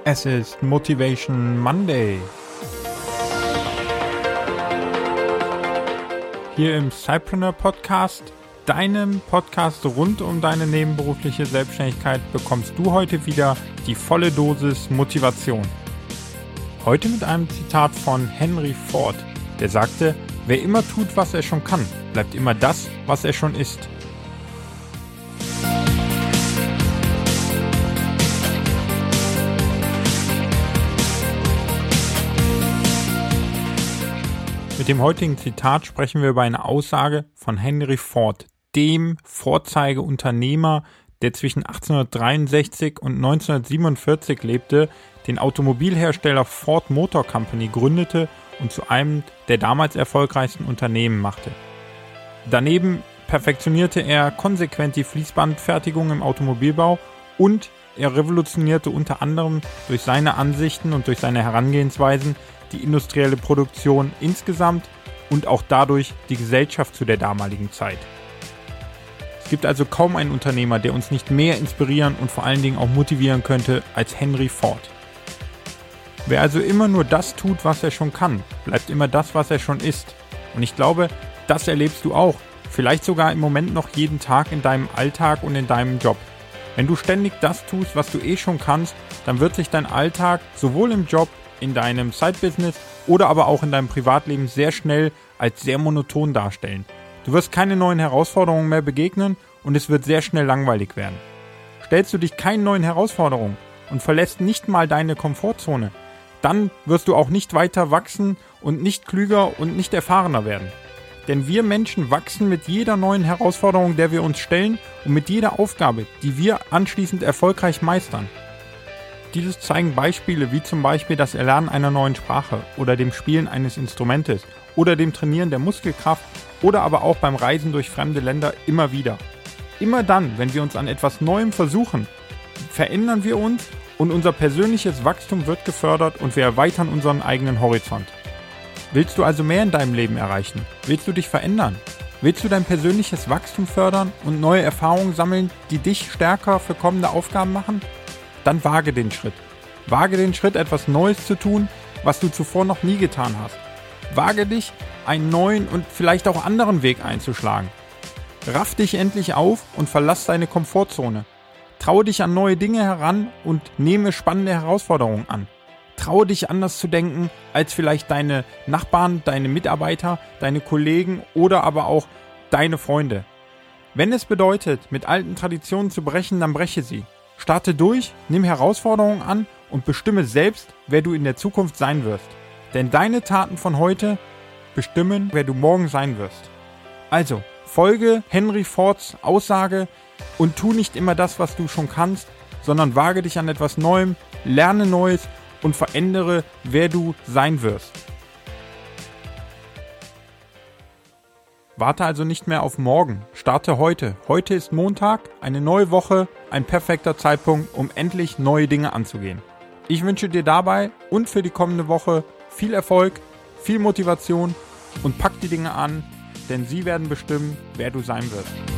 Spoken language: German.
Es ist Motivation Monday. Hier im Cypreneur Podcast, deinem Podcast rund um deine nebenberufliche Selbstständigkeit, bekommst du heute wieder die volle Dosis Motivation. Heute mit einem Zitat von Henry Ford, der sagte: Wer immer tut, was er schon kann, bleibt immer das, was er schon ist. Mit dem heutigen Zitat sprechen wir über eine Aussage von Henry Ford, dem Vorzeigeunternehmer, der zwischen 1863 und 1947 lebte, den Automobilhersteller Ford Motor Company gründete und zu einem der damals erfolgreichsten Unternehmen machte. Daneben perfektionierte er konsequent die Fließbandfertigung im Automobilbau und er revolutionierte unter anderem durch seine Ansichten und durch seine Herangehensweisen die industrielle Produktion insgesamt und auch dadurch die Gesellschaft zu der damaligen Zeit. Es gibt also kaum einen Unternehmer, der uns nicht mehr inspirieren und vor allen Dingen auch motivieren könnte als Henry Ford. Wer also immer nur das tut, was er schon kann, bleibt immer das, was er schon ist. Und ich glaube, das erlebst du auch, vielleicht sogar im Moment noch jeden Tag in deinem Alltag und in deinem Job. Wenn du ständig das tust, was du schon kannst, dann wird sich dein Alltag sowohl im Job, in deinem Side-Business oder aber auch in deinem Privatleben sehr schnell als sehr monoton darstellen. Du wirst keine neuen Herausforderungen mehr begegnen und es wird sehr schnell langweilig werden. Stellst du dich keinen neuen Herausforderungen und verlässt nicht mal deine Komfortzone, dann wirst du auch nicht weiter wachsen und nicht klüger und nicht erfahrener werden. Denn wir Menschen wachsen mit jeder neuen Herausforderung, der wir uns stellen und mit jeder Aufgabe, die wir anschließend erfolgreich meistern. Dieses zeigen Beispiele wie zum Beispiel das Erlernen einer neuen Sprache oder dem Spielen eines Instrumentes oder dem Trainieren der Muskelkraft oder aber auch beim Reisen durch fremde Länder immer wieder. Immer dann, wenn wir uns an etwas Neuem versuchen, verändern wir uns und unser persönliches Wachstum wird gefördert und wir erweitern unseren eigenen Horizont. Willst du also mehr in deinem Leben erreichen? Willst du dich verändern? Willst du dein persönliches Wachstum fördern und neue Erfahrungen sammeln, die dich stärker für kommende Aufgaben machen? Dann wage den Schritt. Wage den Schritt, etwas Neues zu tun, was du zuvor noch nie getan hast. Wage dich, einen neuen und vielleicht auch anderen Weg einzuschlagen. Raff dich endlich auf und verlass deine Komfortzone. Traue dich an neue Dinge heran und nehme spannende Herausforderungen an. Traue dich anders zu denken als vielleicht deine Nachbarn, deine Mitarbeiter, deine Kollegen oder aber auch deine Freunde. Wenn es bedeutet, mit alten Traditionen zu brechen, dann breche sie. Starte durch, nimm Herausforderungen an und bestimme selbst, wer du in der Zukunft sein wirst. Denn deine Taten von heute bestimmen, wer du morgen sein wirst. Also, folge Henry Fords Aussage und tu nicht immer das, was du schon kannst, sondern wage dich an etwas Neuem, lerne Neues und verändere, wer du sein wirst. Warte also nicht mehr auf morgen, starte heute. Heute ist Montag, eine neue Woche, ein perfekter Zeitpunkt, um endlich neue Dinge anzugehen. Ich wünsche dir dabei und für die kommende Woche viel Erfolg, viel Motivation und pack die Dinge an, denn sie werden bestimmen, wer du sein wirst.